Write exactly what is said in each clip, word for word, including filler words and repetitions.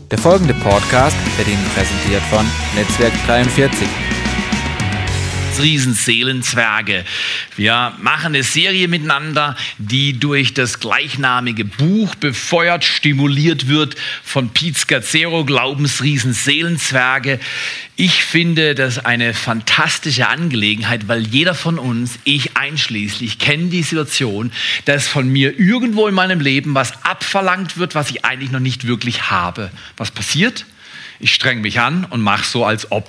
Der folgende Podcast wird Ihnen präsentiert von Netzwerk dreiundvierzig. Riesenseelenzwerge. Wir machen eine Serie miteinander, die durch das gleichnamige Buch befeuert, stimuliert wird von Pete Scazzero, Glaubensriesenseelenzwerge. Ich finde das eine fantastische Angelegenheit, weil jeder von uns, ich einschließlich, kennt die Situation, dass von mir irgendwo in meinem Leben was abverlangt wird, was ich eigentlich noch nicht wirklich habe. Was passiert? Ich streng mich an und mache so, als ob.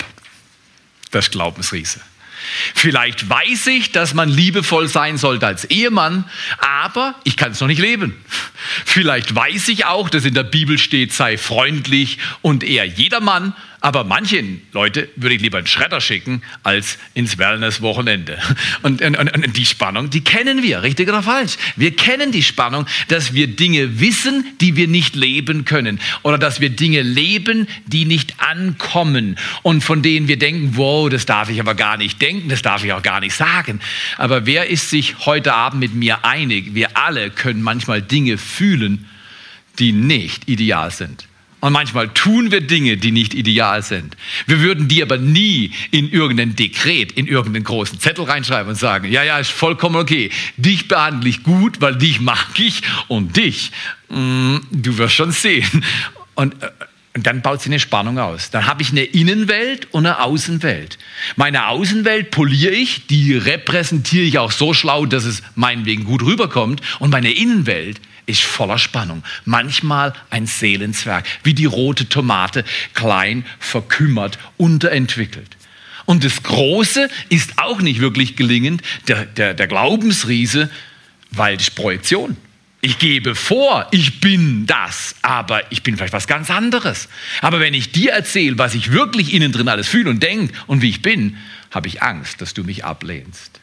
Das Glaubensriese. Vielleicht weiß ich, dass man liebevoll sein sollte als Ehemann, aber ich kann es noch nicht leben. Vielleicht weiß ich auch, dass in der Bibel steht, sei freundlich und eher jedermann, aber manche Leute würde ich lieber in den Schredder schicken, als ins Wellness-Wochenende. Und, und, und die Spannung, die kennen wir, richtig oder falsch. Wir kennen die Spannung, dass wir Dinge wissen, die wir nicht leben können. Oder dass wir Dinge leben, die nicht ankommen. Und von denen wir denken, wow, das darf ich aber gar nicht denken, das darf ich auch gar nicht sagen. Aber wer ist sich heute Abend mit mir einig? Wir alle können manchmal Dinge fühlen, die nicht ideal sind. Und manchmal tun wir Dinge, die nicht ideal sind. Wir würden die aber nie in irgendein Dekret, in irgendeinen großen Zettel reinschreiben und sagen, ja, ja, ist vollkommen okay. Dich behandle ich gut, weil dich mag ich und dich, mh, du wirst schon sehen. Und, und dann baut sich eine Spannung aus. Dann habe ich eine Innenwelt und eine Außenwelt. Meine Außenwelt poliere ich, die repräsentiere ich auch so schlau, dass es meinetwegen gut rüberkommt. Und meine Innenwelt ist voller Spannung. Manchmal ein Seelenzwerg, wie die rote Tomate, klein, verkümmert, unterentwickelt. Und das Große ist auch nicht wirklich gelingend, der, der, der Glaubensriese, weil die Projektion. Ich gebe vor, ich bin das, aber ich bin vielleicht was ganz anderes. Aber wenn ich dir erzähle, was ich wirklich innen drin alles fühle und denke und wie ich bin, habe ich Angst, dass du mich ablehnst.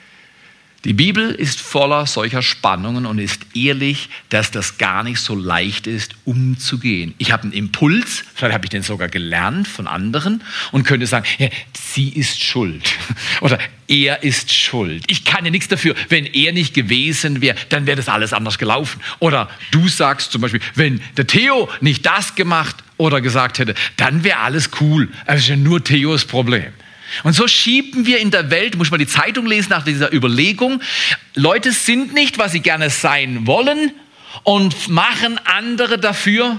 Die Bibel ist voller solcher Spannungen und ist ehrlich, dass das gar nicht so leicht ist, umzugehen. Ich habe einen Impuls, vielleicht habe ich den sogar gelernt von anderen und könnte sagen, ja, sie ist schuld oder er ist schuld. Ich kann ja nichts dafür. Wenn er nicht gewesen wäre, dann wäre das alles anders gelaufen. Oder du sagst zum Beispiel, wenn der Theo nicht das gemacht oder gesagt hätte, dann wäre alles cool. Das ist ja nur Theos Problem. Und so schieben wir in der Welt, muss man die Zeitung lesen nach dieser Überlegung, Leute sind nicht, was sie gerne sein wollen und machen andere dafür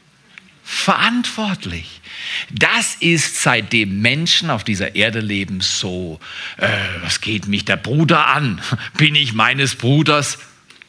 verantwortlich. Das ist, seitdem Menschen auf dieser Erde leben, so, äh, was geht mich der Bruder an? Bin ich meines Bruders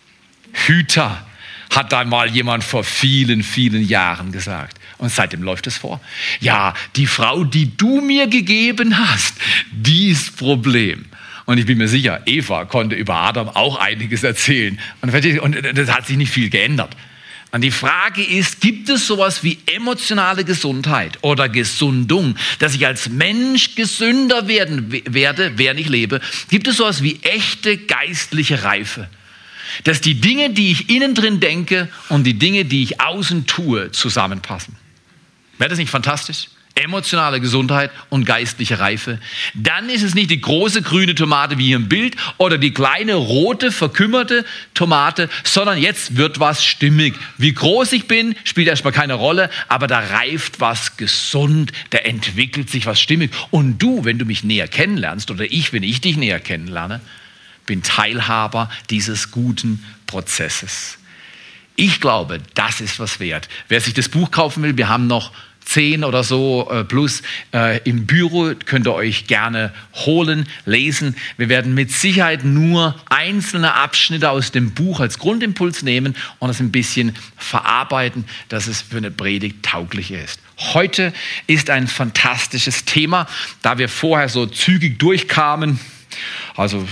Hüter? Hat da mal jemand vor vielen, vielen Jahren gesagt. Und seitdem läuft es vor. Ja, die Frau, die du mir gegeben hast, die ist Problem. Und ich bin mir sicher, Eva konnte über Adam auch einiges erzählen. Und das hat sich nicht viel geändert. Und die Frage ist, gibt es sowas wie emotionale Gesundheit oder Gesundung, dass ich als Mensch gesünder werden werde, während ich lebe? Gibt es sowas wie echte geistliche Reife? Dass die Dinge, die ich innen drin denke und die Dinge, die ich außen tue, zusammenpassen. Wäre das nicht fantastisch? Emotionale Gesundheit und geistliche Reife. Dann ist es nicht die große grüne Tomate wie hier im Bild oder die kleine rote verkümmerte Tomate, sondern jetzt wird was stimmig. Wie groß ich bin, spielt erstmal keine Rolle, aber da reift was gesund, da entwickelt sich was stimmig. Und du, wenn du mich näher kennenlernst oder ich, wenn ich dich näher kennenlerne, bin Teilhaber dieses guten Prozesses. Ich glaube, das ist was wert. Wer sich das Buch kaufen will, wir haben noch zehn oder so äh, plus äh, im Büro, könnt ihr euch gerne holen, lesen. Wir werden mit Sicherheit nur einzelne Abschnitte aus dem Buch als Grundimpuls nehmen und es ein bisschen verarbeiten, dass es für eine Predigt tauglich ist. Heute ist ein fantastisches Thema, da wir vorher so zügig durchkamen, also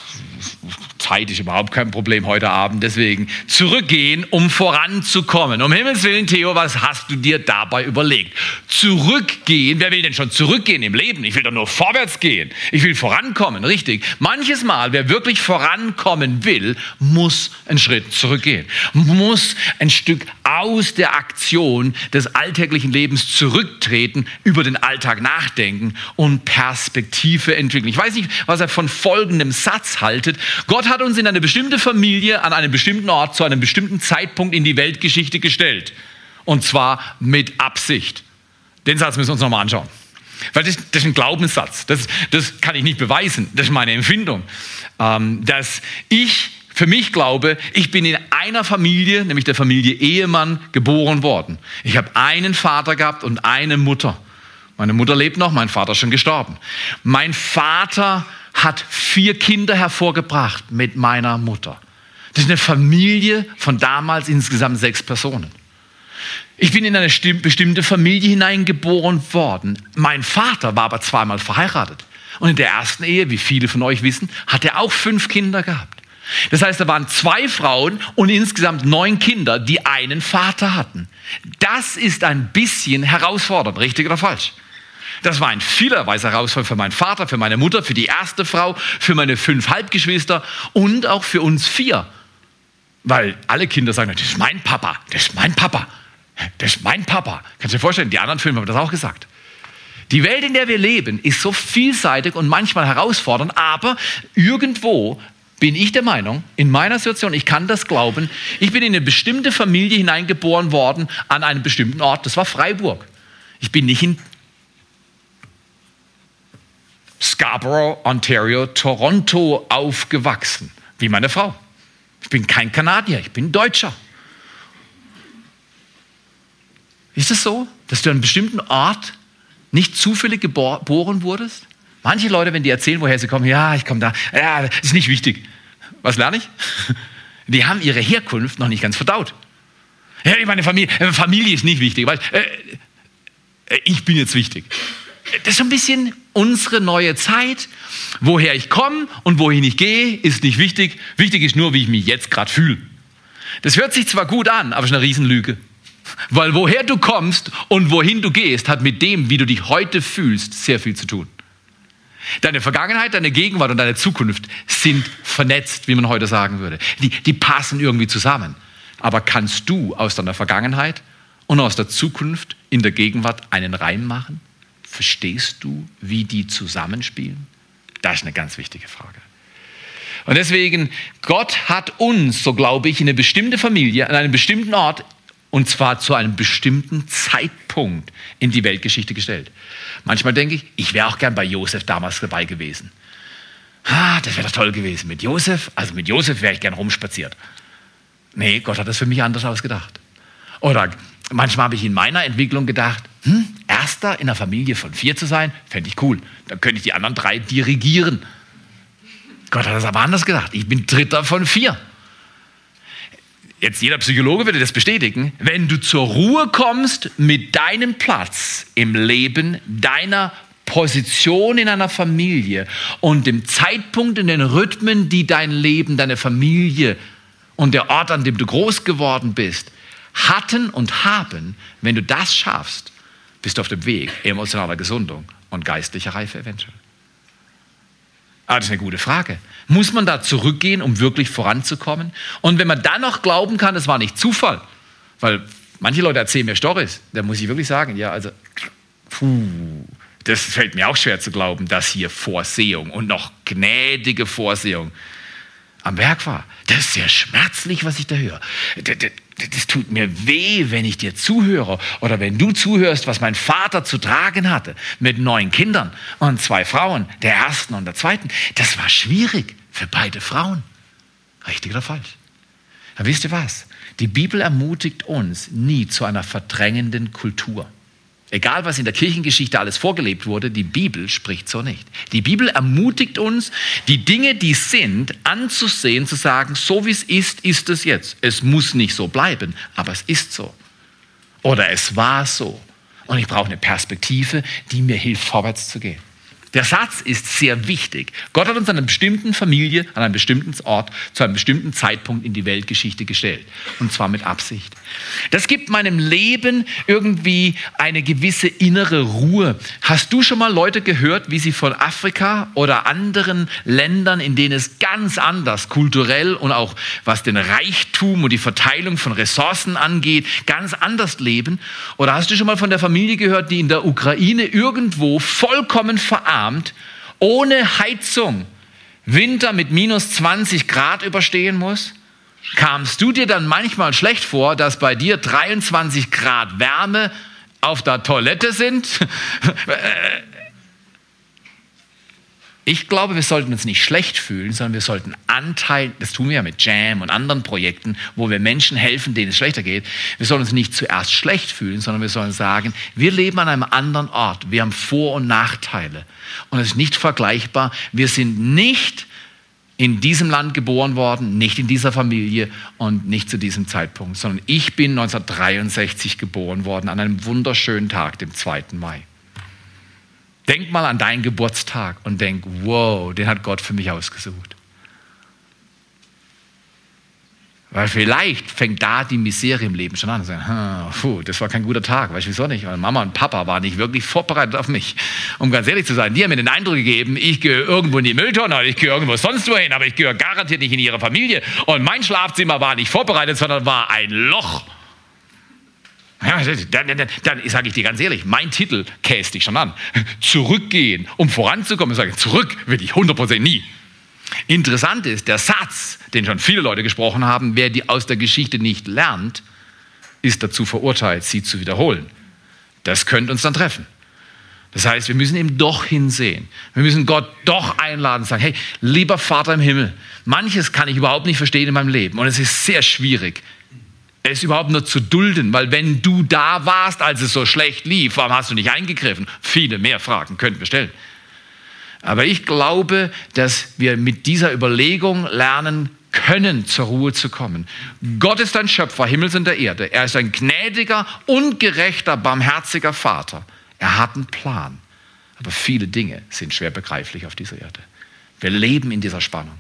Zeit ist überhaupt kein Problem heute Abend. Deswegen zurückgehen, um voranzukommen. Um Himmels Willen, Theo, was hast du dir dabei überlegt? Zurückgehen, wer will denn schon zurückgehen im Leben? Ich will doch nur vorwärts gehen. Ich will vorankommen, richtig. Manches Mal, wer wirklich vorankommen will, muss einen Schritt zurückgehen. Muss ein Stück aus der Aktion des alltäglichen Lebens zurücktreten, über den Alltag nachdenken und Perspektive entwickeln. Ich weiß nicht, was er von folgendem Satz haltet. Gott hat uns in eine bestimmte Familie an einem bestimmten Ort zu einem bestimmten Zeitpunkt in die Weltgeschichte gestellt. Und zwar mit Absicht. Den Satz müssen wir uns nochmal anschauen. Weil das, das ist ein Glaubenssatz. Das, das kann ich nicht beweisen. Das ist meine Empfindung. Ähm, dass ich für mich glaube, ich bin in einer Familie, nämlich der Familie Ehemann, geboren worden. Ich habe einen Vater gehabt und eine Mutter. Meine Mutter lebt noch, mein Vater ist schon gestorben. Mein Vater hat vier Kinder hervorgebracht mit meiner Mutter. Das ist eine Familie von damals insgesamt sechs Personen. Ich bin in eine bestimmte Familie hineingeboren worden. Mein Vater war aber zweimal verheiratet. Und in der ersten Ehe, wie viele von euch wissen, hat er auch fünf Kinder gehabt. Das heißt, da waren zwei Frauen und insgesamt neun Kinder, die einen Vater hatten. Das ist ein bisschen herausfordernd, richtig oder falsch? Das war in vieler Weise herausfordernd für meinen Vater, für meine Mutter, für die erste Frau, für meine fünf Halbgeschwister und auch für uns vier. Weil alle Kinder sagen, das ist mein Papa, das ist mein Papa, das ist mein Papa. Kannst du dir vorstellen, die anderen fünf haben das auch gesagt. Die Welt, in der wir leben, ist so vielseitig und manchmal herausfordernd, aber irgendwo bin ich der Meinung, in meiner Situation, ich kann das glauben, ich bin in eine bestimmte Familie hineingeboren worden, an einem bestimmten Ort, das war Freiburg. Ich bin nicht in Scarborough, Ontario, Toronto aufgewachsen, wie meine Frau. Ich bin kein Kanadier, ich bin Deutscher. Ist es so, dass du an einem bestimmten Ort nicht zufällig geboren wurdest? Manche Leute, wenn die erzählen, woher sie kommen, ja, ich komme da, ja, das ist nicht wichtig. Was lerne ich? Die haben ihre Herkunft noch nicht ganz verdaut. Ja, meine Familie, Familie ist nicht wichtig, weil äh, ich bin jetzt wichtig. Das ist so ein bisschen unsere neue Zeit. Woher ich komme und wohin ich gehe, ist nicht wichtig. Wichtig ist nur, wie ich mich jetzt gerade fühle. Das hört sich zwar gut an, aber es ist eine Riesenlüge. Weil woher du kommst und wohin du gehst, hat mit dem, wie du dich heute fühlst, sehr viel zu tun. Deine Vergangenheit, deine Gegenwart und deine Zukunft sind vernetzt, wie man heute sagen würde. Die, die passen irgendwie zusammen. Aber kannst du aus deiner Vergangenheit und aus der Zukunft in der Gegenwart einen Reim machen? Verstehst du, wie die zusammenspielen? Das ist eine ganz wichtige Frage. Und deswegen, Gott hat uns, so glaube ich, in eine bestimmte Familie, an einem bestimmten Ort, und zwar zu einem bestimmten Zeitpunkt in die Weltgeschichte gestellt. Manchmal denke ich, ich wäre auch gern bei Josef damals dabei gewesen. Ah, das wäre doch toll gewesen. Mit Josef, also mit Josef wäre ich gern rumspaziert. Nee, Gott hat das für mich anders ausgedacht. Oder manchmal habe ich in meiner Entwicklung gedacht, hm, Erster in einer Familie von vier zu sein, fände ich cool. Dann könnte ich die anderen drei dirigieren. Gott hat das aber anders gedacht. Ich bin Dritter von vier. Jetzt jeder Psychologe würde das bestätigen. Wenn du zur Ruhe kommst mit deinem Platz im Leben, deiner Position in einer Familie und dem Zeitpunkt in den Rhythmen, die dein Leben, deine Familie und der Ort, an dem du groß geworden bist, hatten und haben, wenn du das schaffst, bist du auf dem Weg emotionaler Gesundung und geistlicher Reife eventuell. Aber das ist eine gute Frage. Muss man da zurückgehen, um wirklich voranzukommen? Und wenn man dann noch glauben kann, das war nicht Zufall, weil manche Leute erzählen mir Storys, da muss ich wirklich sagen, ja, also, puh, das fällt mir auch schwer zu glauben, dass hier Vorsehung und noch gnädige Vorsehung am Werk war. Das ist sehr schmerzlich, was ich da höre. Das, das, das tut mir weh, wenn ich dir zuhöre oder wenn du zuhörst, was mein Vater zu tragen hatte mit neun Kindern und zwei Frauen, der ersten und der zweiten. Das war schwierig für beide Frauen. Richtig oder falsch? Aber wisst ihr was? Die Bibel ermutigt uns nie zu einer verdrängenden Kultur. Egal, was in der Kirchengeschichte alles vorgelebt wurde, die Bibel spricht so nicht. Die Bibel ermutigt uns, die Dinge, die sind, anzusehen, zu sagen, so wie es ist, ist es jetzt. Es muss nicht so bleiben, aber es ist so. Oder es war so. Und ich brauche eine Perspektive, die mir hilft, vorwärts zu gehen. Der Satz ist sehr wichtig. Gott hat uns an einer bestimmten Familie, an einem bestimmten Ort, zu einem bestimmten Zeitpunkt in die Weltgeschichte gestellt. Und zwar mit Absicht. Das gibt meinem Leben irgendwie eine gewisse innere Ruhe. Hast du schon mal Leute gehört, wie sie von Afrika oder anderen Ländern, in denen es ganz anders kulturell und auch was den Reichtum und die Verteilung von Ressourcen angeht, ganz anders leben? Oder hast du schon mal von der Familie gehört, die in der Ukraine irgendwo vollkommen verarmt, ohne Heizung, Winter mit minus zwanzig Grad überstehen muss? Kamst du dir dann manchmal schlecht vor, dass bei dir dreiundzwanzig Grad Wärme auf der Toilette sind? Ich glaube, wir sollten uns nicht schlecht fühlen, sondern wir sollten Anteil, das tun wir ja mit Jam und anderen Projekten, wo wir Menschen helfen, denen es schlechter geht. Wir sollen uns nicht zuerst schlecht fühlen, sondern wir sollen sagen, wir leben an einem anderen Ort. Wir haben Vor- und Nachteile. Und es ist nicht vergleichbar. Wir sind nicht in diesem Land geboren worden, nicht in dieser Familie und nicht zu diesem Zeitpunkt, sondern ich bin neunzehnhundertdreiundsechzig geboren worden, an einem wunderschönen Tag, dem zweiten Mai. Denk mal an deinen Geburtstag und denk, wow, den hat Gott für mich ausgesucht. Weil vielleicht fängt da die Misere im Leben schon an. Und sagen, puh, das war kein guter Tag. Weißt du, wieso nicht? Weil Mama und Papa waren nicht wirklich vorbereitet auf mich. Um ganz ehrlich zu sein, die haben mir den Eindruck gegeben, ich gehe irgendwo in die Mülltonne oder ich gehe irgendwo sonst wohin, aber ich gehöre garantiert nicht in ihre Familie. Und mein Schlafzimmer war nicht vorbereitet, sondern war ein Loch. Ja, dann, dann, dann sage ich dir ganz ehrlich, mein Titel käst dich schon an. Zurückgehen, um voranzukommen, sage ich, zurück will ich hundert Prozent nie. Interessant ist, der Satz, den schon viele Leute gesprochen haben, wer die aus der Geschichte nicht lernt, ist dazu verurteilt, sie zu wiederholen. Das könnte uns dann treffen. Das heißt, wir müssen eben doch hinsehen. Wir müssen Gott doch einladen und sagen, hey, lieber Vater im Himmel, manches kann ich überhaupt nicht verstehen in meinem Leben und es ist sehr schwierig, es überhaupt nur zu dulden, weil wenn du da warst, als es so schlecht lief, warum hast du nicht eingegriffen? Viele mehr Fragen könnten wir stellen. Aber ich glaube, dass wir mit dieser Überlegung lernen können, zur Ruhe zu kommen. Gott ist ein Schöpfer Himmels und der Erde. Er ist ein gnädiger, ungerechter, barmherziger Vater. Er hat einen Plan. Aber viele Dinge sind schwer begreiflich auf dieser Erde. Wir leben in dieser Spannung.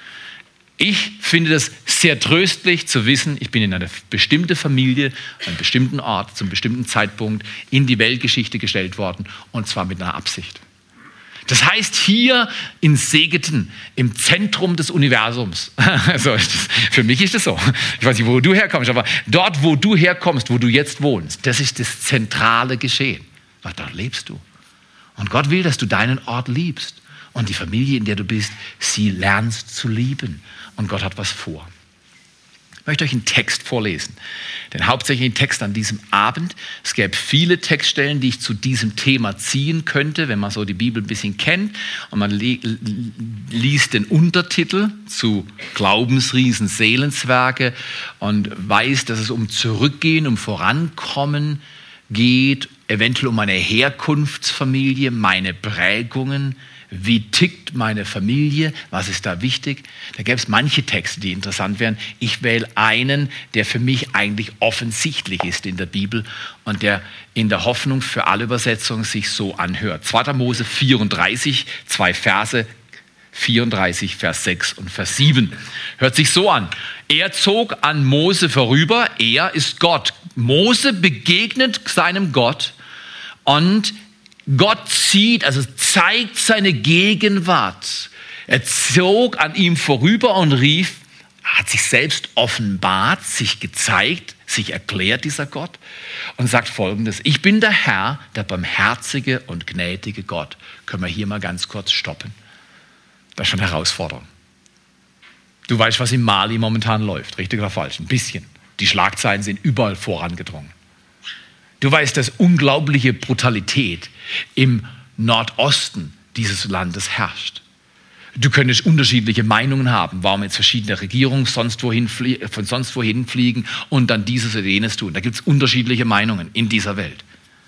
Ich finde das sehr tröstlich zu wissen, ich bin in eine bestimmte Familie, an einem bestimmten Ort, zum bestimmten Zeitpunkt in die Weltgeschichte gestellt worden und zwar mit einer Absicht. Das heißt, hier in Segeten, im Zentrum des Universums, also für mich ist das so, ich weiß nicht, wo du herkommst, aber dort, wo du herkommst, wo du jetzt wohnst, das ist das zentrale Geschehen, weil dort lebst du. Und Gott will, dass du deinen Ort liebst und die Familie, in der du bist, sie lernst zu lieben. Und Gott hat was vor. Ich möchte euch einen Text vorlesen, den hauptsächlichen Text an diesem Abend. Es gäbe viele Textstellen, die ich zu diesem Thema ziehen könnte, wenn man so die Bibel ein bisschen kennt und man li- liest den Untertitel zu Glaubensriesen, Seelenzwerge und weiß, dass es um Zurückgehen, um Vorankommen geht, eventuell um meine Herkunftsfamilie, meine Prägungen. Wie tickt meine Familie? Was ist da wichtig? Da gäbe es manche Texte, die interessant wären. Ich wähle einen, der für mich eigentlich offensichtlich ist in der Bibel und der in der Hoffnung für alle Übersetzungen sich so anhört. zweiter Mose vierunddreißig, zwei Verse, vierunddreißig, Vers sechs und Vers sieben. Hört sich so an. Er zog an Mose vorüber, er ist Gott. Mose begegnet seinem Gott und Gott zieht, also zeigt seine Gegenwart. Er zog an ihm vorüber und rief, hat sich selbst offenbart, sich gezeigt, sich erklärt, dieser Gott, und sagt Folgendes: Ich bin der Herr, der barmherzige und gnädige Gott. Können wir hier mal ganz kurz stoppen? Das ist schon eine Herausforderung. Du weißt, was in Mali momentan läuft, richtig oder falsch? Ein bisschen. Die Schlagzeilen sind überall vorangedrungen. Du weißt, dass unglaubliche Brutalität im Nordosten dieses Landes herrscht. Du könntest unterschiedliche Meinungen haben, warum jetzt verschiedene Regierungen sonst wohin flie- von sonst wohin fliegen und dann dieses oder jenes tun. Da gibt es unterschiedliche Meinungen in dieser Welt.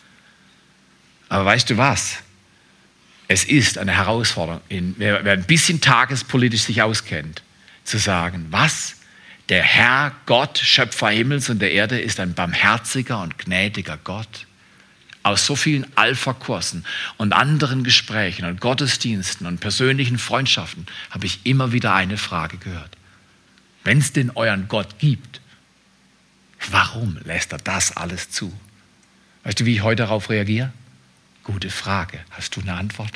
Aber weißt du was? Es ist eine Herausforderung, in, wer, wer ein bisschen tagespolitisch sich auskennt, zu sagen, was? Der Herr Gott, Schöpfer Himmels und der Erde, ist ein barmherziger und gnädiger Gott. Aus so vielen Alpha-Kursen und anderen Gesprächen und Gottesdiensten und persönlichen Freundschaften habe ich immer wieder eine Frage gehört. Wenn es denn euren Gott gibt, warum lässt er das alles zu? Weißt du, wie ich heute darauf reagiere? Gute Frage. Hast du eine Antwort?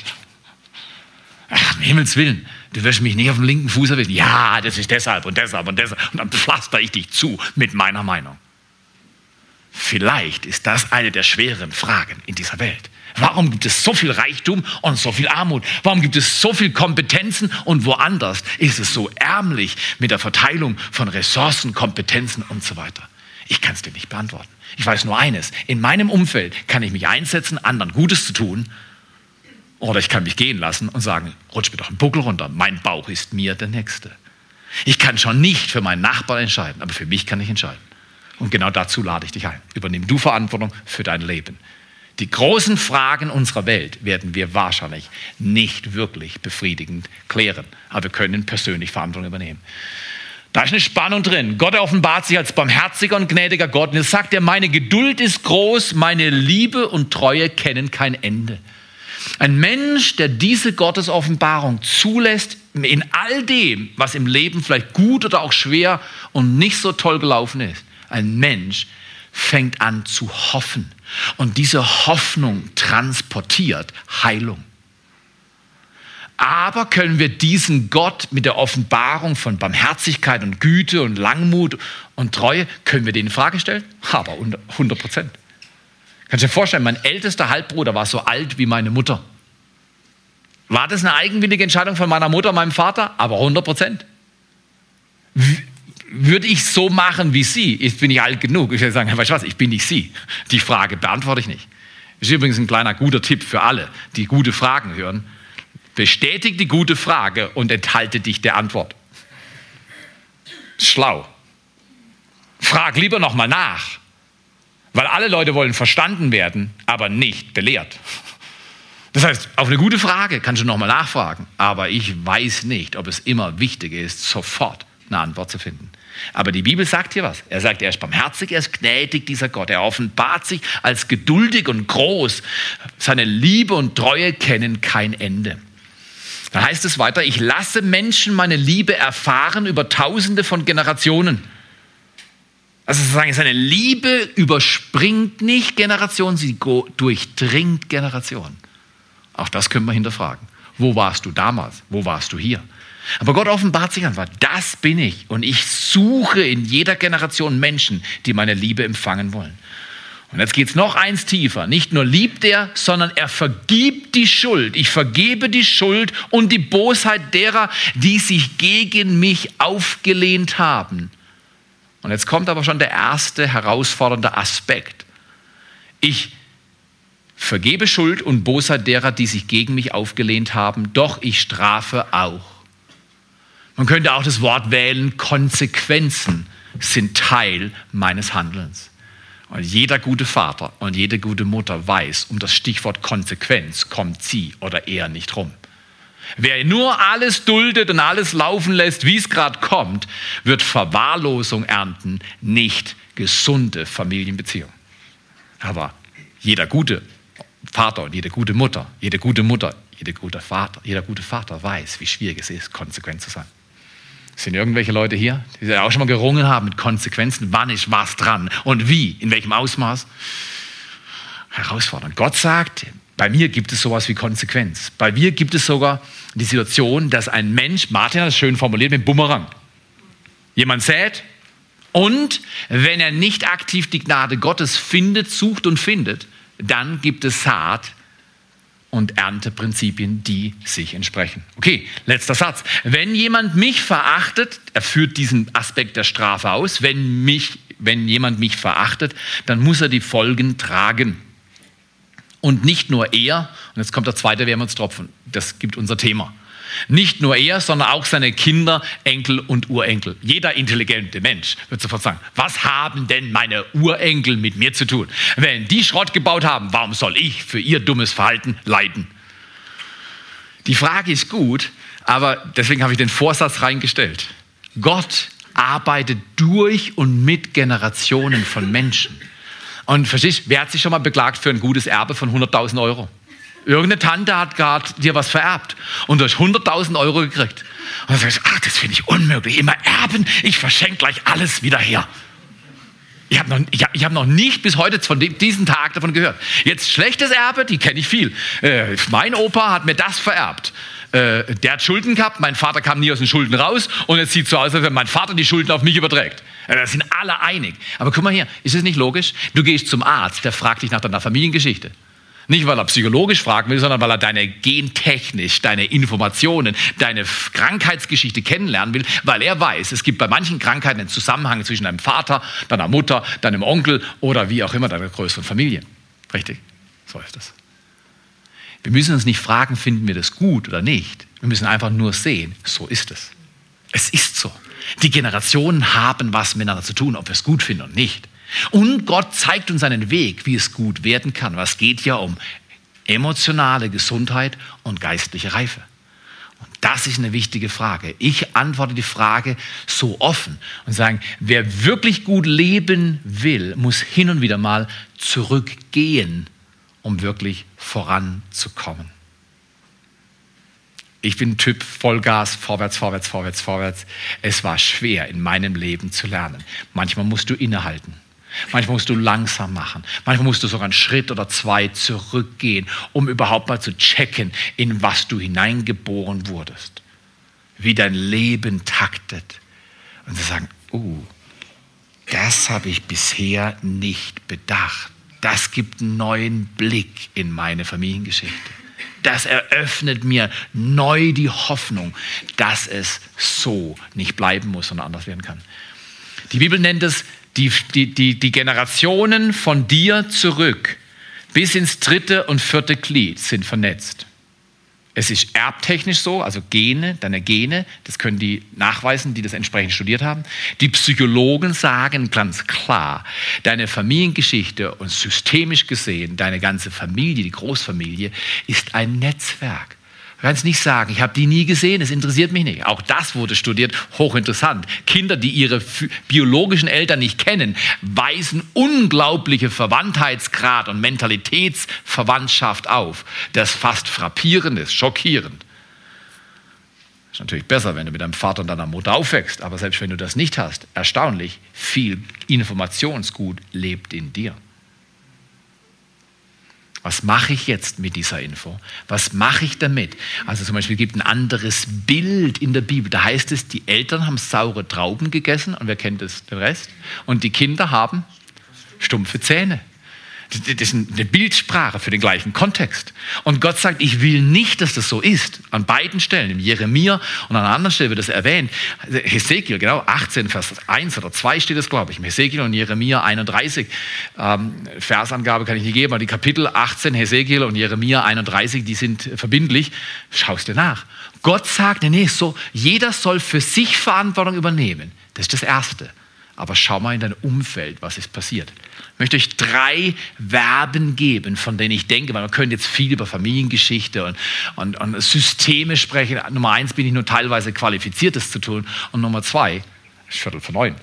Ach, um Himmels Willen, du wirst mich nicht auf dem linken Fuß erwischen. Ja, das ist deshalb und deshalb und deshalb. Und dann pflaster ich dich zu mit meiner Meinung. Vielleicht ist das eine der schweren Fragen in dieser Welt. Warum gibt es so viel Reichtum und so viel Armut? Warum gibt es so viel Kompetenzen und woanders ist es so ärmlich mit der Verteilung von Ressourcen, Kompetenzen und so weiter? Ich kann es dir nicht beantworten. Ich weiß nur eines. In meinem Umfeld kann ich mich einsetzen, anderen Gutes zu tun. Oder ich kann mich gehen lassen und sagen, rutsch mir doch einen Buckel runter. Mein Bauch ist mir der Nächste. Ich kann schon nicht für meinen Nachbarn entscheiden, aber für mich kann ich entscheiden. Und genau dazu lade ich dich ein. Übernimm du Verantwortung für dein Leben. Die großen Fragen unserer Welt werden wir wahrscheinlich nicht wirklich befriedigend klären. Aber wir können persönlich Verantwortung übernehmen. Da ist eine Spannung drin. Gott offenbart sich als barmherziger und gnädiger Gott. Und jetzt sagt er, meine Geduld ist groß, meine Liebe und Treue kennen kein Ende. Ein Mensch, der diese Gottesoffenbarung zulässt, in all dem, was im Leben vielleicht gut oder auch schwer und nicht so toll gelaufen ist, ein Mensch fängt an zu hoffen. Und diese Hoffnung transportiert Heilung. Aber können wir diesen Gott mit der Offenbarung von Barmherzigkeit und Güte und Langmut und Treue, können wir den in Frage stellen? Aber hundert Prozent. Kannst du dir vorstellen, mein ältester Halbbruder war so alt wie meine Mutter. War das eine eigenwillige Entscheidung von meiner Mutter, meinem Vater? Aber hundert Prozent. Würde ich so machen wie sie, jetzt bin ich alt genug. Ich würde sagen, weißt du was, ich bin nicht sie. Die Frage beantworte ich nicht. Das ist übrigens ein kleiner guter Tipp für alle, die gute Fragen hören. Bestätige die gute Frage und enthalte dich der Antwort. Schlau. Frag lieber nochmal nach. Weil alle Leute wollen verstanden werden, aber nicht belehrt. Das heißt, auf eine gute Frage kannst du nochmal nachfragen. Aber ich weiß nicht, ob es immer wichtig ist, sofort eine Antwort zu finden. Aber die Bibel sagt hier was. Er sagt, er ist barmherzig, er ist gnädig, dieser Gott. Er offenbart sich als geduldig und groß. Seine Liebe und Treue kennen kein Ende. Dann heißt es weiter, ich lasse Menschen meine Liebe erfahren über tausende von Generationen. Also sozusagen, seine Liebe überspringt nicht Generationen, sie durchdringt Generationen. Auch das können wir hinterfragen. Wo warst du damals? Wo warst du hier? Aber Gott offenbart sich einfach, das bin ich. Und ich suche in jeder Generation Menschen, die meine Liebe empfangen wollen. Und jetzt geht es noch eins tiefer. Nicht nur liebt er, sondern er vergibt die Schuld. Ich vergebe die Schuld und die Bosheit derer, die sich gegen mich aufgelehnt haben. Und jetzt kommt aber schon der erste herausfordernde Aspekt. Ich vergebe Schuld und Bosheit derer, die sich gegen mich aufgelehnt haben, doch ich strafe auch. Man könnte auch das Wort wählen, Konsequenzen sind Teil meines Handelns. Und jeder gute Vater und jede gute Mutter weiß, um das Stichwort Konsequenz kommt sie oder er nicht rum. Wer nur alles duldet und alles laufen lässt, wie es gerade kommt, wird Verwahrlosung ernten, nicht gesunde Familienbeziehungen. Aber jeder gute Vater und jede gute Mutter, jede gute Mutter, jede gute Vater, jeder gute Vater weiß, wie schwierig es ist, konsequent zu sein. Sind irgendwelche Leute hier, die auch schon mal gerungen haben mit Konsequenzen? Wann ist was dran? Und wie? In welchem Ausmaß? Herausfordernd. Gott sagt, bei mir gibt es sowas wie Konsequenz. Bei mir gibt es sogar die Situation, dass ein Mensch, Martin hat das schön formuliert, mit Bumerang. Jemand sät und wenn er nicht aktiv die Gnade Gottes findet, sucht und findet, dann gibt es Saat und Ernteprinzipien, die sich entsprechen. Okay, letzter Satz. Wenn jemand mich verachtet, er führt diesen Aspekt der Strafe aus, wenn, mich, wenn jemand mich verachtet, dann muss er die Folgen tragen. Und nicht nur er, und jetzt kommt der zweite Wermutstropfen, das gibt unser Thema. Nicht nur er, sondern auch seine Kinder, Enkel und Urenkel. Jeder intelligente Mensch wird sofort sagen, was haben denn meine Urenkel mit mir zu tun? Wenn die Schrott gebaut haben, warum soll ich für ihr dummes Verhalten leiden? Die Frage ist gut, aber deswegen habe ich den Vorsatz reingestellt. Gott arbeitet durch und mit Generationen von Menschen. Und verstehst du, wer hat sich schon mal beklagt für ein gutes Erbe von hunderttausend Euro? Irgendeine Tante hat gerade dir was vererbt und du hast hunderttausend Euro gekriegt. Und dann sagst du, ach, das finde ich unmöglich. Immer erben, ich verschenke gleich alles wieder her. Ich habe noch, ich hab, ich hab noch nicht bis heute von dem, diesen Tag davon gehört. Jetzt schlechtes Erbe, die kenne ich viel. Äh, mein Opa hat mir das vererbt. Äh, der hat Schulden gehabt, mein Vater kam nie aus den Schulden raus und jetzt sieht es so aus, als wenn mein Vater die Schulden auf mich überträgt. Da sind alle einig. Aber guck mal hier, ist es nicht logisch? Du gehst zum Arzt, der fragt dich nach deiner Familiengeschichte. Nicht, weil er psychologisch fragen will, sondern weil er deine gentechnisch, deine Informationen, deine Krankheitsgeschichte kennenlernen will, weil er weiß, es gibt bei manchen Krankheiten einen Zusammenhang zwischen deinem Vater, deiner Mutter, deinem Onkel oder wie auch immer, deiner größeren Familie. Richtig? So ist das. Wir müssen uns nicht fragen, finden wir das gut oder nicht. Wir müssen einfach nur sehen, so ist es. Es ist so. Die Generationen haben was miteinander zu tun, ob wir es gut finden oder nicht. Und Gott zeigt uns einen Weg, wie es gut werden kann. Es geht ja um emotionale Gesundheit und geistliche Reife. Und das ist eine wichtige Frage. Ich antworte die Frage so offen und sage, wer wirklich gut leben will, muss hin und wieder mal zurückgehen, um wirklich voranzukommen. Ich bin ein Typ Vollgas, vorwärts, vorwärts, vorwärts, vorwärts. Es war schwer in meinem Leben zu lernen. Manchmal musst du innehalten. Manchmal musst du langsam machen. Manchmal musst du sogar einen Schritt oder zwei zurückgehen, um überhaupt mal zu checken, in was du hineingeboren wurdest. Wie dein Leben taktet. Und zu sagen, oh, das habe ich bisher nicht bedacht. Das gibt einen neuen Blick in meine Familiengeschichte. Das eröffnet mir neu die Hoffnung, dass es so nicht bleiben muss, sondern anders werden kann. Die Bibel nennt es, die, die, die, die Generationen von dir zurück bis ins dritte und vierte Glied sind vernetzt. Es ist erbtechnisch so, also Gene, deine Gene, das können die nachweisen, die das entsprechend studiert haben. Die Psychologen sagen ganz klar, deine Familiengeschichte und systemisch gesehen, deine ganze Familie, die Großfamilie, ist ein Netzwerk. Du kannst nicht sagen, ich habe die nie gesehen, es interessiert mich nicht. Auch das wurde studiert, hochinteressant. Kinder, die ihre biologischen Eltern nicht kennen, weisen unglaubliche Verwandtheitsgrad und Mentalitätsverwandtschaft auf. Das ist fast frappierend ist, schockierend. Ist natürlich besser, wenn du mit deinem Vater und deiner Mutter aufwächst, aber selbst wenn du das nicht hast, erstaunlich, viel Informationsgut lebt in dir. Was mache ich jetzt mit dieser Info? Was mache ich damit? Also zum Beispiel gibt ein anderes Bild in der Bibel. Da heißt es, die Eltern haben saure Trauben gegessen und wer kennt das, den Rest? Und die Kinder haben stumpfe Zähne. Das ist eine Bildsprache für den gleichen Kontext. Und Gott sagt, ich will nicht, dass das so ist. An beiden Stellen, im Jeremia und an einer anderen Stelle wird das erwähnt. Hesekiel, genau, achtzehn, Vers eins oder zwei steht das, glaube ich. Im Hesekiel und Jeremia einunddreißig. Ähm, Versangabe kann ich nicht geben, aber die Kapitel achtzehn, Hesekiel und Jeremia einunddreißig, die sind verbindlich. Schau es dir nach. Gott sagt, nee, nee, so, jeder soll für sich Verantwortung übernehmen. Das ist das Erste. Aber schau mal in dein Umfeld, was ist passiert. Ich möchte euch drei Verben geben, von denen ich denke, weil man könnte jetzt viel über Familiengeschichte und, und, und Systeme sprechen. Nummer eins bin ich nur teilweise qualifiziert, das zu tun. Und Nummer zwei, ist Viertel vor neun.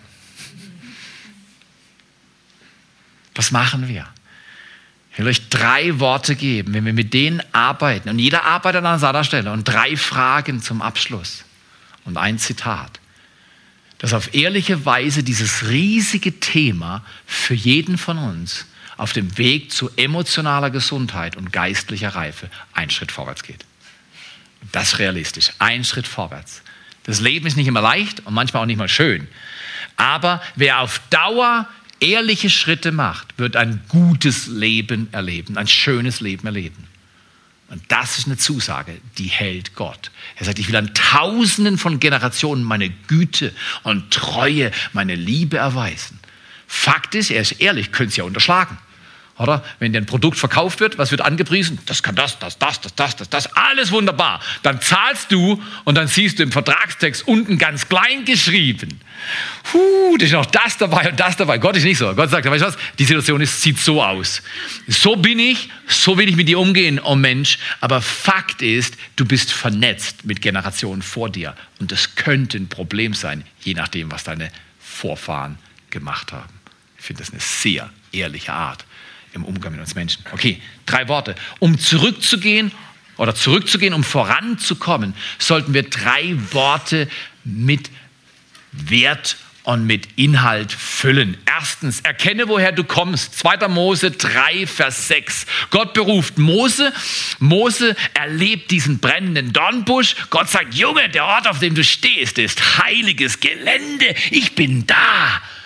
Was machen wir? Ich will euch drei Worte geben, wenn wir mit denen arbeiten. Und jeder arbeitet an seiner Stelle. Und drei Fragen zum Abschluss. Und ein Zitat. Dass auf ehrliche Weise dieses riesige Thema für jeden von uns auf dem Weg zu emotionaler Gesundheit und geistlicher Reife einen Schritt vorwärts geht. Das ist realistisch, ein Schritt vorwärts. Das Leben ist nicht immer leicht und manchmal auch nicht mal schön. Aber wer auf Dauer ehrliche Schritte macht, wird ein gutes Leben erleben, ein schönes Leben erleben. Und das ist eine Zusage, die hält Gott. Er sagt, ich will an Tausenden von Generationen meine Güte und Treue, meine Liebe erweisen. Fakt ist, er ist ehrlich, könnt es ja unterschlagen. Oder? Wenn dir ein Produkt verkauft wird, was wird angepriesen? Das kann das, das, das, das, das, das, das, alles wunderbar. Dann zahlst du und dann siehst du im Vertragstext unten ganz klein geschrieben. Huh, da ist noch das dabei und das dabei. Gott ist nicht so. Gott sagt, weißt du was? Die Situation ist, sieht so aus. So bin ich, so will ich mit dir umgehen, oh Mensch. Aber Fakt ist, du bist vernetzt mit Generationen vor dir. Und das könnte ein Problem sein, je nachdem, was deine Vorfahren gemacht haben. Ich finde das eine sehr ehrliche Art im Umgang mit uns Menschen. Okay, drei Worte. Um zurückzugehen oder zurückzugehen, um voranzukommen, sollten wir drei Worte mit Wert und mit Inhalt füllen. Erstens, erkenne, woher du kommst. zweiter Mose drei, Vers sechs. Gott beruft Mose. Mose erlebt diesen brennenden Dornbusch. Gott sagt, Junge, der Ort, auf dem du stehst, ist heiliges Gelände. Ich bin da.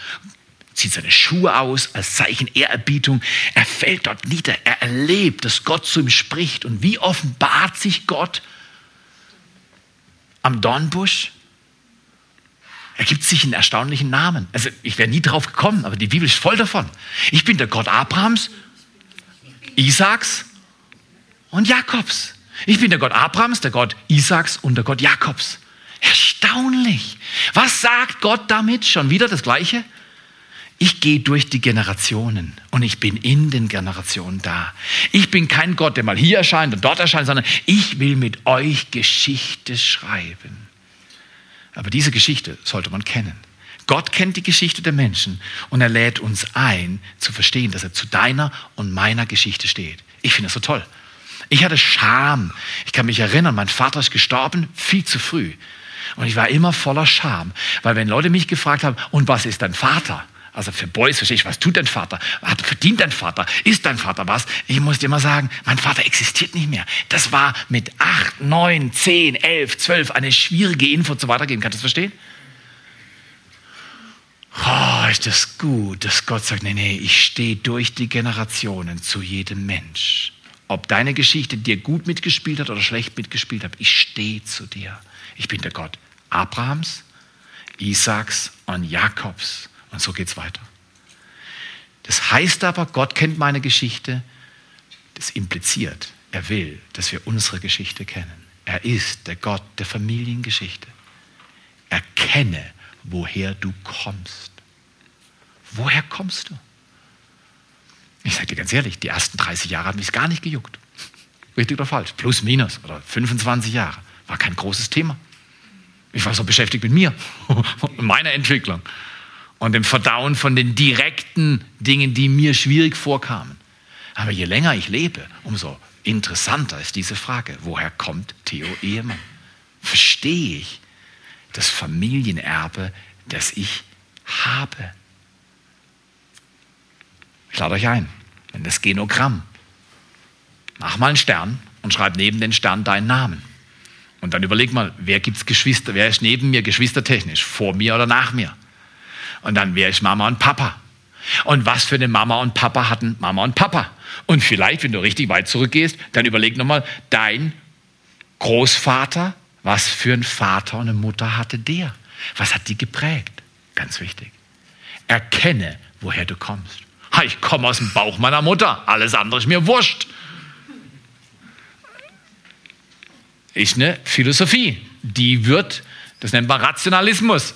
zieht seine Schuhe aus als Zeichen Ehrerbietung. Er fällt dort nieder. Er erlebt, dass Gott zu ihm spricht. Und wie offenbart sich Gott am Dornbusch? Er gibt sich einen erstaunlichen Namen. Also ich wäre nie drauf gekommen, aber die Bibel ist voll davon. Ich bin der Gott Abrahams, Isaaks und Jakobs. Ich bin der Gott Abrahams, der Gott Isaaks und der Gott Jakobs. Erstaunlich. Was sagt Gott damit? Schon wieder das Gleiche? Ich gehe durch die Generationen und ich bin in den Generationen da. Ich bin kein Gott, der mal hier erscheint und dort erscheint, sondern ich will mit euch Geschichte schreiben. Aber diese Geschichte sollte man kennen. Gott kennt die Geschichte der Menschen und er lädt uns ein, zu verstehen, dass er zu deiner und meiner Geschichte steht. Ich finde das so toll. Ich hatte Scham. Ich kann mich erinnern, mein Vater ist gestorben, viel zu früh. Und ich war immer voller Scham, weil wenn Leute mich gefragt haben, und was ist dein Vater? Also für Boys verstehe ich, was tut dein Vater? Hat, verdient dein Vater? Ist dein Vater was? Ich musste immer sagen, mein Vater existiert nicht mehr. Das war mit acht, neun, zehn, elf, zwölf eine schwierige Info zu weitergeben. Kannst du das verstehen? Oh, ist das gut, dass Gott sagt, nee, nee, ich stehe durch die Generationen zu jedem Mensch. Ob deine Geschichte dir gut mitgespielt hat oder schlecht mitgespielt hat, ich stehe zu dir. Ich bin der Gott Abrahams, Isaaks und Jakobs. Und so geht es weiter. Das heißt aber, Gott kennt meine Geschichte. Das impliziert, er will, dass wir unsere Geschichte kennen. Er ist der Gott der Familiengeschichte. Erkenne, woher du kommst. Woher kommst du? Ich sage dir ganz ehrlich, die ersten dreißig Jahre hat mich gar nicht gejuckt. Richtig oder falsch? Plus, minus oder fünfundzwanzig Jahre. War kein großes Thema. Ich war so beschäftigt mit mir und meiner Entwicklung. Und dem Verdauen von den direkten Dingen, die mir schwierig vorkamen. Aber je länger ich lebe, umso interessanter ist diese Frage. Woher kommt Theo Ehemann? Verstehe ich das Familienerbe, das ich habe? Ich lade euch ein, in das Genogramm. Mach mal einen Stern und schreib neben den Stern deinen Namen. Und dann überleg mal, wer gibt's Geschwister, wer ist neben mir geschwistertechnisch, vor mir oder nach mir? Und dann, wer ist Mama und Papa? Und was für eine Mama und Papa hatten Mama und Papa? Und vielleicht, wenn du richtig weit zurückgehst, dann überleg nochmal, dein Großvater, was für ein Vater und eine Mutter hatte der? Was hat die geprägt? Ganz wichtig. Erkenne, woher du kommst. Ha, ich komme aus dem Bauch meiner Mutter, alles andere ist mir wurscht. Ist eine Philosophie, die wird... Das nennt man Rationalismus.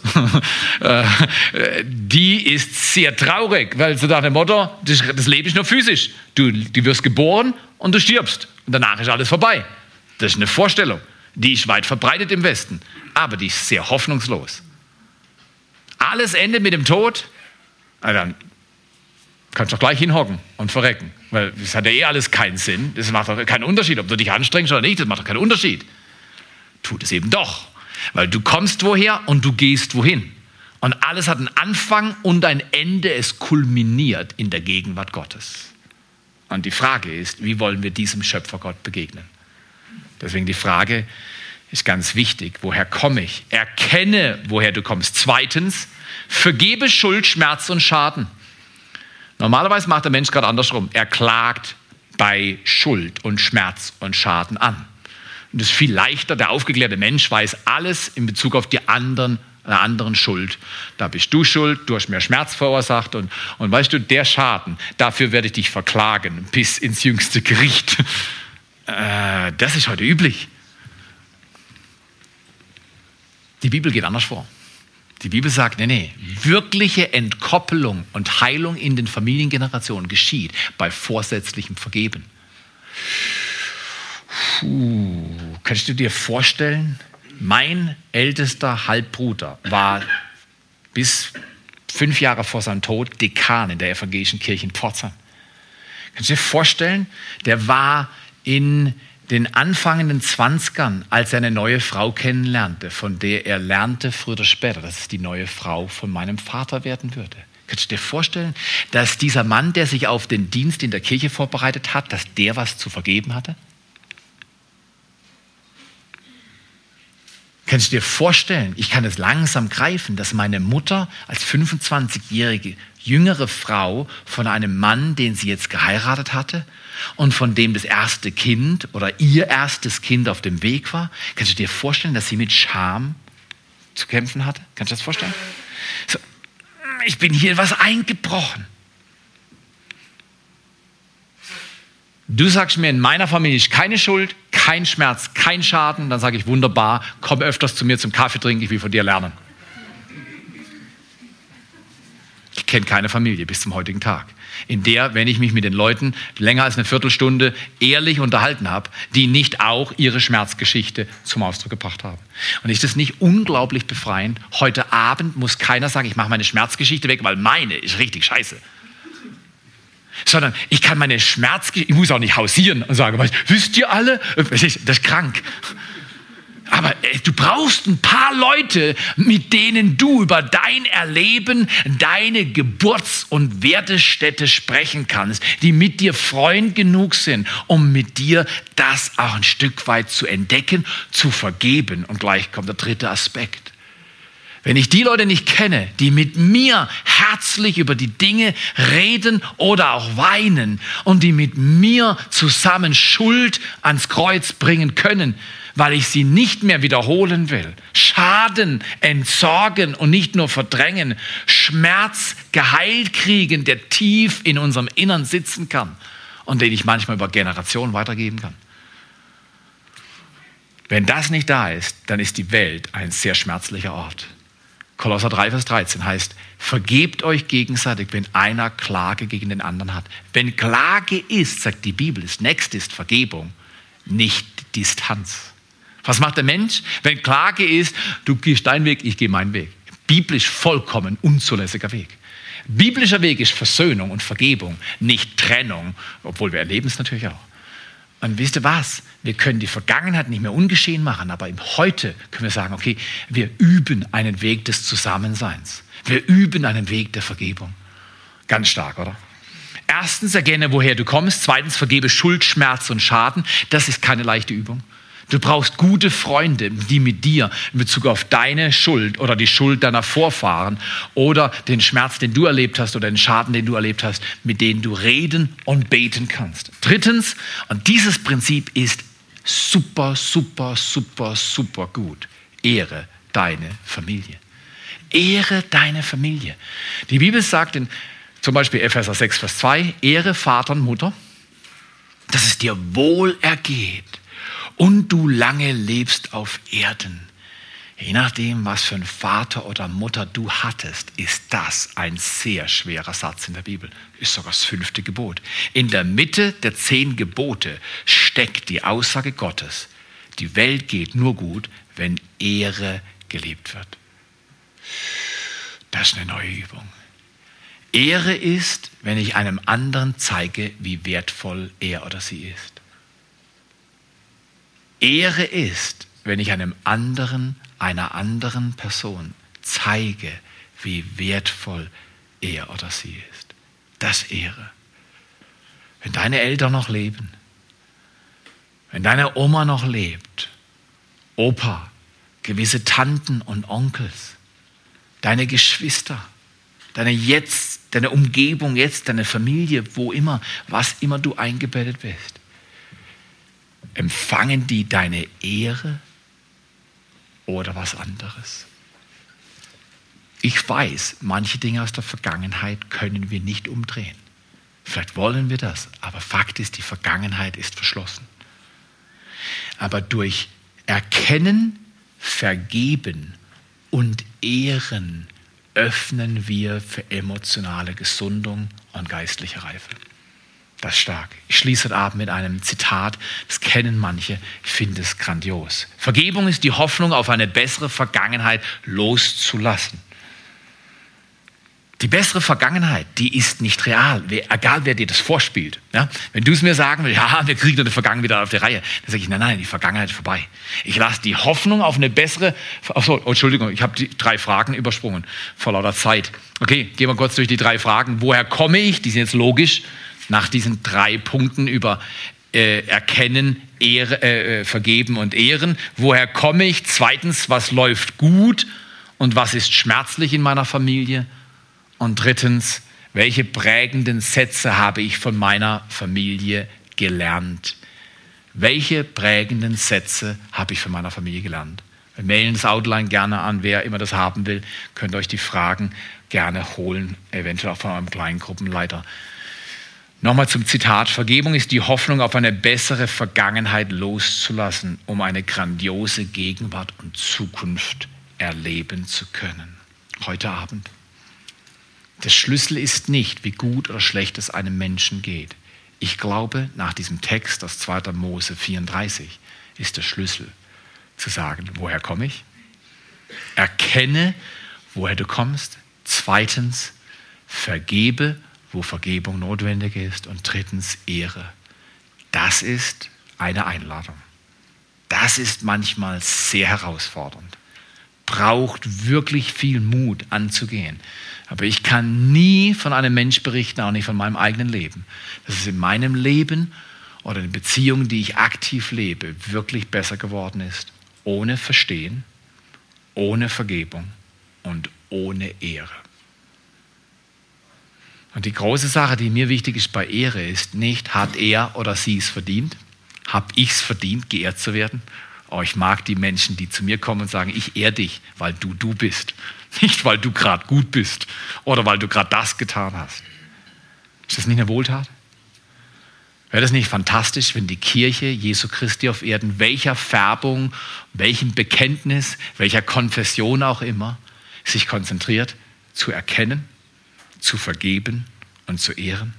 Die ist sehr traurig, weil so nach dem Motto, das Leben ist nur physisch. Du, du wirst geboren und du stirbst. Und danach ist alles vorbei. Das ist eine Vorstellung. Die ist weit verbreitet im Westen. Aber die ist sehr hoffnungslos. Alles endet mit dem Tod. Na dann kannst du doch gleich hinhocken und verrecken. Weil das hat ja eh alles keinen Sinn. Das macht doch keinen Unterschied, ob du dich anstrengst oder nicht. Das macht doch keinen Unterschied. Tut es eben doch. Weil du kommst woher und du gehst wohin. Und alles hat einen Anfang und ein Ende. Es kulminiert in der Gegenwart Gottes. Und die Frage ist, wie wollen wir diesem Schöpfergott begegnen? Deswegen die Frage ist ganz wichtig. Woher komme ich? Erkenne, woher du kommst. Zweitens, vergebe Schuld, Schmerz und Schaden. Normalerweise macht der Mensch gerade andersrum. Er klagt bei Schuld und Schmerz und Schaden an. Und das ist viel leichter. Der aufgeklärte Mensch weiß alles in Bezug auf die anderen, einer anderen Schuld. Da bist du schuld, du hast mehr Schmerz verursacht. Und, und weißt du, der Schaden, dafür werde ich dich verklagen bis ins jüngste Gericht. Äh, das ist heute üblich. Die Bibel geht anders vor. Die Bibel sagt, nee, nee, wirkliche Entkoppelung und Heilung in den Familiengenerationen geschieht bei vorsätzlichem Vergeben. Puh, kannst du dir vorstellen, mein ältester Halbbruder war bis fünf Jahre vor seinem Tod Dekan in der evangelischen Kirche in Pforzheim. Kannst du dir vorstellen, der war in den anfangenden Zwanzigern, als er eine neue Frau kennenlernte, von der er lernte früher oder später, dass es die neue Frau von meinem Vater werden würde. Kannst du dir vorstellen, dass dieser Mann, der sich auf den Dienst in der Kirche vorbereitet hat, dass der was zu vergeben hatte? Kannst du dir vorstellen, ich kann es langsam greifen, dass meine Mutter als fünfundzwanzigjährige jüngere Frau von einem Mann, den sie jetzt geheiratet hatte und von dem das erste Kind oder ihr erstes Kind auf dem Weg war, kannst du dir vorstellen, dass sie mit Scham zu kämpfen hatte? Kannst du das vorstellen? So, ich bin hier was eingebrochen. Du sagst mir, in meiner Familie ist keine Schuld, kein Schmerz, kein Schaden. Dann sage ich, wunderbar, komm öfters zu mir zum Kaffee trinken, ich will von dir lernen. Ich kenne keine Familie bis zum heutigen Tag, in der, wenn ich mich mit den Leuten länger als eine Viertelstunde ehrlich unterhalten habe, die nicht auch ihre Schmerzgeschichte zum Ausdruck gebracht haben. Und ist das nicht unglaublich befreiend? Heute Abend muss keiner sagen, ich mache meine Schmerzgeschichte weg, weil meine ist richtig scheiße. Sondern ich kann meine Schmerzgeschichte, ich muss auch nicht hausieren und sagen, wisst ihr alle, das ist krank. Aber du brauchst ein paar Leute, mit denen du über dein Erleben, deine Geburts- und Wertestätte sprechen kannst, die mit dir Freund genug sind, um mit dir das auch ein Stück weit zu entdecken, zu vergeben. Und gleich kommt der dritte Aspekt. Wenn ich die Leute nicht kenne, die mit mir herzlich über die Dinge reden oder auch weinen und die mit mir zusammen Schuld ans Kreuz bringen können, weil ich sie nicht mehr wiederholen will, Schaden entsorgen und nicht nur verdrängen, Schmerz geheilt kriegen, der tief in unserem Innern sitzen kann und den ich manchmal über Generationen weitergeben kann. Wenn das nicht da ist, dann ist die Welt ein sehr schmerzlicher Ort. Kolosser drei, Vers dreizehn heißt, vergebt euch gegenseitig, wenn einer Klage gegen den anderen hat. Wenn Klage ist, sagt die Bibel, das nächste ist Vergebung, nicht Distanz. Was macht der Mensch? Wenn Klage ist, du gehst deinen Weg, ich gehe meinen Weg. Biblisch vollkommen unzulässiger Weg. Biblischer Weg ist Versöhnung und Vergebung, nicht Trennung, obwohl wir erleben es natürlich auch. Und wisst ihr was? Wir können die Vergangenheit nicht mehr ungeschehen machen, aber im Heute können wir sagen, okay, wir üben einen Weg des Zusammenseins. Wir üben einen Weg der Vergebung. Ganz stark, oder? Erstens, erkenne, woher du kommst. Zweitens, vergebe Schuld, Schmerz und Schaden. Das ist keine leichte Übung. Du brauchst gute Freunde, die mit dir in Bezug auf deine Schuld oder die Schuld deiner Vorfahren oder den Schmerz, den du erlebt hast oder den Schaden, den du erlebt hast, mit denen du reden und beten kannst. Drittens, und dieses Prinzip ist super, super, super, super gut. Ehre deine Familie. Ehre deine Familie. Die Bibel sagt in zum Beispiel Epheser sechs, Vers zwei, Ehre Vater und Mutter, dass es dir wohl ergeht und du lange lebst auf Erden. Je nachdem, was für einen Vater oder Mutter du hattest, ist das ein sehr schwerer Satz in der Bibel. Ist sogar das fünfte Gebot. In der Mitte der zehn Gebote steckt die Aussage Gottes. Die Welt geht nur gut, wenn Ehre gelebt wird. Das ist eine neue Übung. Ehre ist, wenn ich einem anderen zeige, wie wertvoll er oder sie ist. Ehre ist, wenn ich einem anderen, einer anderen Person zeige, wie wertvoll er oder sie ist. Das ist Ehre. Wenn deine Eltern noch leben, wenn deine Oma noch lebt, Opa, gewisse Tanten und Onkels, deine Geschwister, deine jetzt, deine Umgebung jetzt, deine Familie, wo immer, was immer du eingebettet bist. Empfangen die deine Ehre oder was anderes? Ich weiß, manche Dinge aus der Vergangenheit können wir nicht umdrehen. Vielleicht wollen wir das, aber Fakt ist, die Vergangenheit ist verschlossen. Aber durch Erkennen, Vergeben und Ehren öffnen wir für emotionale Gesundung und geistliche Reife. Das ist stark. Ich schließe heute Abend mit einem Zitat, das kennen manche, ich finde es grandios. Vergebung ist die Hoffnung auf eine bessere Vergangenheit loszulassen. Die bessere Vergangenheit, die ist nicht real, egal wer dir das vorspielt. Ja? Wenn du es mir sagen willst, ja, wir kriegen die Vergangenheit wieder auf die Reihe, dann sage ich, nein, nein, die Vergangenheit ist vorbei. Ich lasse die Hoffnung auf eine bessere, achso, oh, Entschuldigung, ich habe die drei Fragen übersprungen vor lauter Zeit. Okay, gehen wir kurz durch die drei Fragen. Woher komme ich? Die sind jetzt logisch. Nach diesen drei Punkten über äh, erkennen, Ehre, äh, vergeben und ehren. Woher komme ich? Zweitens, was läuft gut und was ist schmerzlich in meiner Familie? Und drittens, welche prägenden Sätze habe ich von meiner Familie gelernt? Welche prägenden Sätze habe ich von meiner Familie gelernt? Wir mailen das Outline gerne an, wer immer das haben will, könnt euch die Fragen gerne holen, eventuell auch von eurem Kleingruppenleiter. Nochmal zum Zitat. Vergebung ist die Hoffnung auf eine bessere Vergangenheit loszulassen, um eine grandiose Gegenwart und Zukunft erleben zu können. Heute Abend. Der Schlüssel ist nicht, wie gut oder schlecht es einem Menschen geht. Ich glaube, nach diesem Text aus zweiter Mose vierunddreißig ist der Schlüssel zu sagen, woher komme ich? Erkenne, woher du kommst. Zweitens, vergebe, wo Vergebung notwendig ist. Und drittens, Ehre. Das ist eine Einladung. Das ist manchmal sehr herausfordernd. Braucht wirklich viel Mut anzugehen. Aber ich kann nie von einem Mensch berichten, auch nicht von meinem eigenen Leben, dass es in meinem Leben oder in Beziehungen, die ich aktiv lebe, wirklich besser geworden ist. Ohne Verstehen, ohne Vergebung und ohne Ehre. Und die große Sache, die mir wichtig ist bei Ehre, ist nicht, hat er oder sie es verdient? Habe ich es verdient, geehrt zu werden? Oh, ich mag die Menschen, die zu mir kommen und sagen, ich ehre dich, weil du du bist. Nicht, weil du gerade gut bist oder weil du gerade das getan hast. Ist das nicht eine Wohltat? Wäre das nicht fantastisch, wenn die Kirche Jesu Christi auf Erden, welcher Färbung, welchem Bekenntnis, welcher Konfession auch immer, sich konzentriert, zu erkennen, zu vergeben und zu ehren?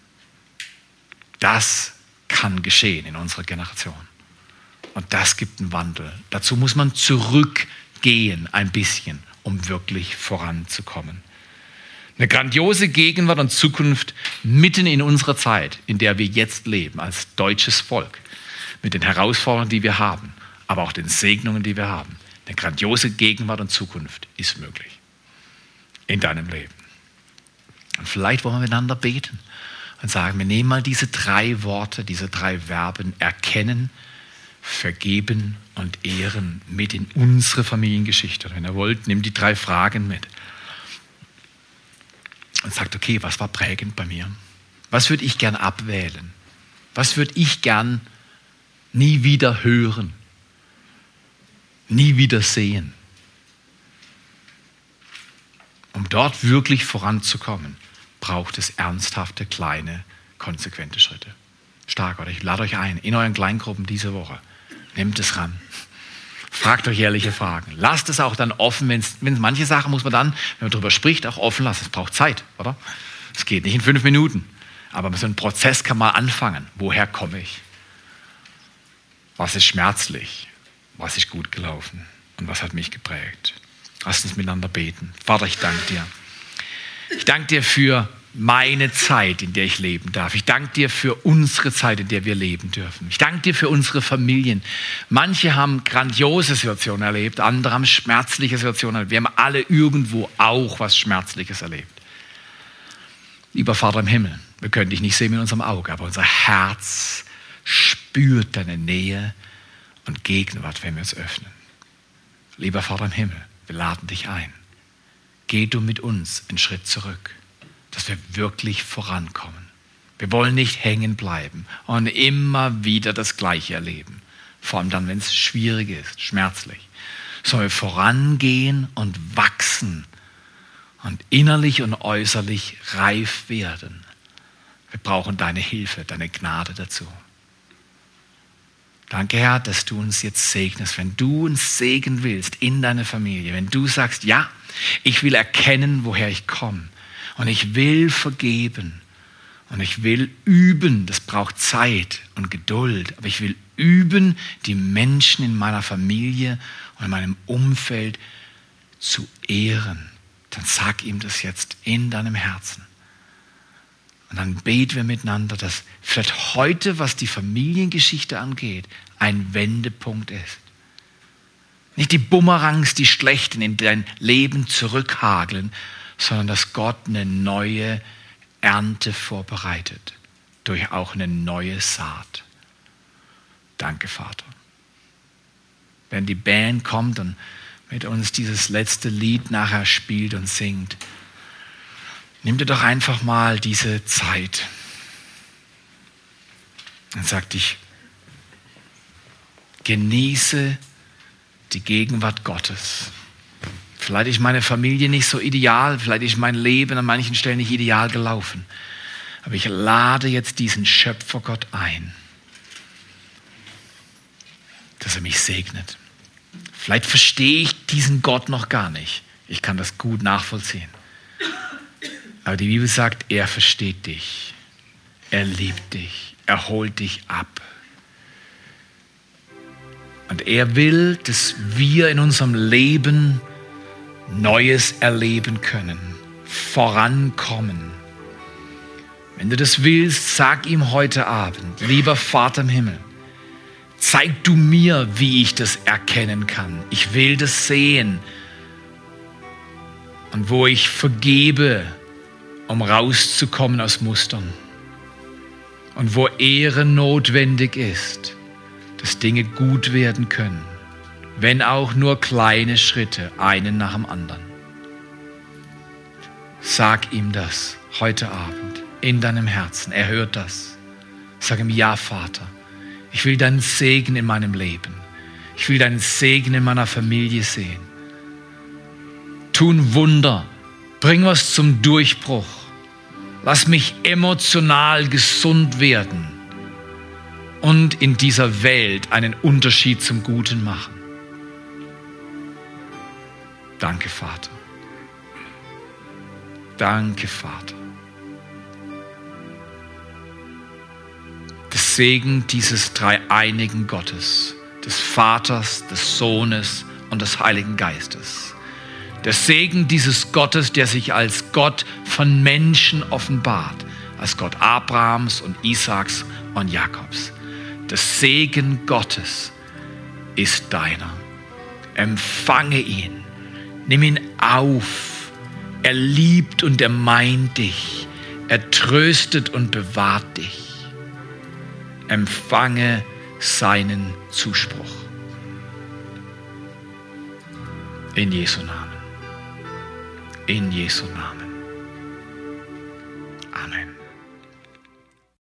Das kann geschehen in unserer Generation. Und das gibt einen Wandel. Dazu muss man zurückgehen ein bisschen, um wirklich voranzukommen. Eine grandiose Gegenwart und Zukunft mitten in unserer Zeit, in der wir jetzt leben, als deutsches Volk, mit den Herausforderungen, die wir haben, aber auch den Segnungen, die wir haben. Eine grandiose Gegenwart und Zukunft ist möglich in deinem Leben. Und vielleicht wollen wir miteinander beten und sagen, wir nehmen mal diese drei Worte, diese drei Verben, erkennen, vergeben und ehren mit in unsere Familiengeschichte. Und wenn ihr wollt, nehmt die drei Fragen mit. Und sagt, okay, was war prägend bei mir? Was würde ich gern abwählen? Was würde ich gern nie wieder hören? Nie wieder sehen? Um dort wirklich voranzukommen, braucht es ernsthafte, kleine, konsequente Schritte. Stark, oder? Ich lade euch ein, in euren Kleingruppen diese Woche. Nehmt es ran. Fragt euch ehrliche Fragen. Lasst es auch dann offen, wenn es manche Sachen muss man dann, wenn man darüber spricht, auch offen lassen. Es braucht Zeit, oder? Es geht nicht in fünf Minuten. Aber so ein Prozess kann mal anfangen. Woher komme ich? Was ist schmerzlich? Was ist gut gelaufen? Und was hat mich geprägt? Lasst uns miteinander beten. Vater, ich danke dir. Ich danke dir für meine Zeit, in der ich leben darf. Ich danke dir für unsere Zeit, in der wir leben dürfen. Ich danke dir für unsere Familien. Manche haben grandiose Situationen erlebt, andere haben schmerzliche Situationen erlebt. Wir haben alle irgendwo auch was Schmerzliches erlebt. Lieber Vater im Himmel, wir können dich nicht sehen mit unserem Auge, aber unser Herz spürt deine Nähe und Gegenwart, wenn wir uns öffnen. Lieber Vater im Himmel, wir laden dich ein. Geh du mit uns einen Schritt zurück, dass wir wirklich vorankommen. Wir wollen nicht hängen bleiben und immer wieder das Gleiche erleben. Vor allem dann, wenn es schwierig ist, schmerzlich. Sollen wir vorangehen und wachsen und innerlich und äußerlich reif werden. Wir brauchen deine Hilfe, deine Gnade dazu. Danke, Herr, dass du uns jetzt segnest. Wenn du uns segnen willst in deine Familie, wenn du sagst, ja, ich will erkennen, woher ich komme und ich will vergeben und ich will üben, das braucht Zeit und Geduld, aber ich will üben, die Menschen in meiner Familie und in meinem Umfeld zu ehren, dann sag ihm das jetzt in deinem Herzen. Und dann beten wir miteinander, dass vielleicht heute, was die Familiengeschichte angeht, ein Wendepunkt ist. Nicht die Bumerangs, die Schlechten in dein Leben zurückhageln, sondern dass Gott eine neue Ernte vorbereitet. Durch auch eine neue Saat. Danke, Vater. Wenn die Band kommt und mit uns dieses letzte Lied nachher spielt und singt, nimm dir doch einfach mal diese Zeit und sag dich, genieße die Gegenwart Gottes. Vielleicht ist meine Familie nicht so ideal, vielleicht ist mein Leben an manchen Stellen nicht ideal gelaufen. Aber ich lade jetzt diesen Schöpfergott ein, dass er mich segnet. Vielleicht verstehe ich diesen Gott noch gar nicht. Ich kann das gut nachvollziehen. Aber die Bibel sagt, er versteht dich. Er liebt dich. Er holt dich ab. Und er will, dass wir in unserem Leben Neues erleben können, vorankommen. Wenn du das willst, sag ihm heute Abend, lieber Vater im Himmel, zeig du mir, wie ich das erkennen kann. Ich will das sehen. Und wo ich vergebe, um rauszukommen aus Mustern. Und wo Ehre notwendig ist, dass Dinge gut werden können. Wenn auch nur kleine Schritte, einen nach dem anderen. Sag ihm das heute Abend in deinem Herzen. Er hört das. Sag ihm, ja, Vater, ich will deinen Segen in meinem Leben. Ich will deinen Segen in meiner Familie sehen. Tu ein Wunder. Bring was zum Durchbruch. Lass mich emotional gesund werden und in dieser Welt einen Unterschied zum Guten machen. Danke, Vater. Danke, Vater. Der Segen dieses dreieinigen Gottes, des Vaters, des Sohnes und des Heiligen Geistes. Der Segen dieses Gottes, der sich als Gott von Menschen offenbart, als Gott Abrahams und Isaaks und Jakobs. Der Segen Gottes ist deiner. Empfange ihn. Nimm ihn auf. Er liebt und er meint dich. Er tröstet und bewahrt dich. Empfange seinen Zuspruch. In Jesu Namen. In Jesu Namen.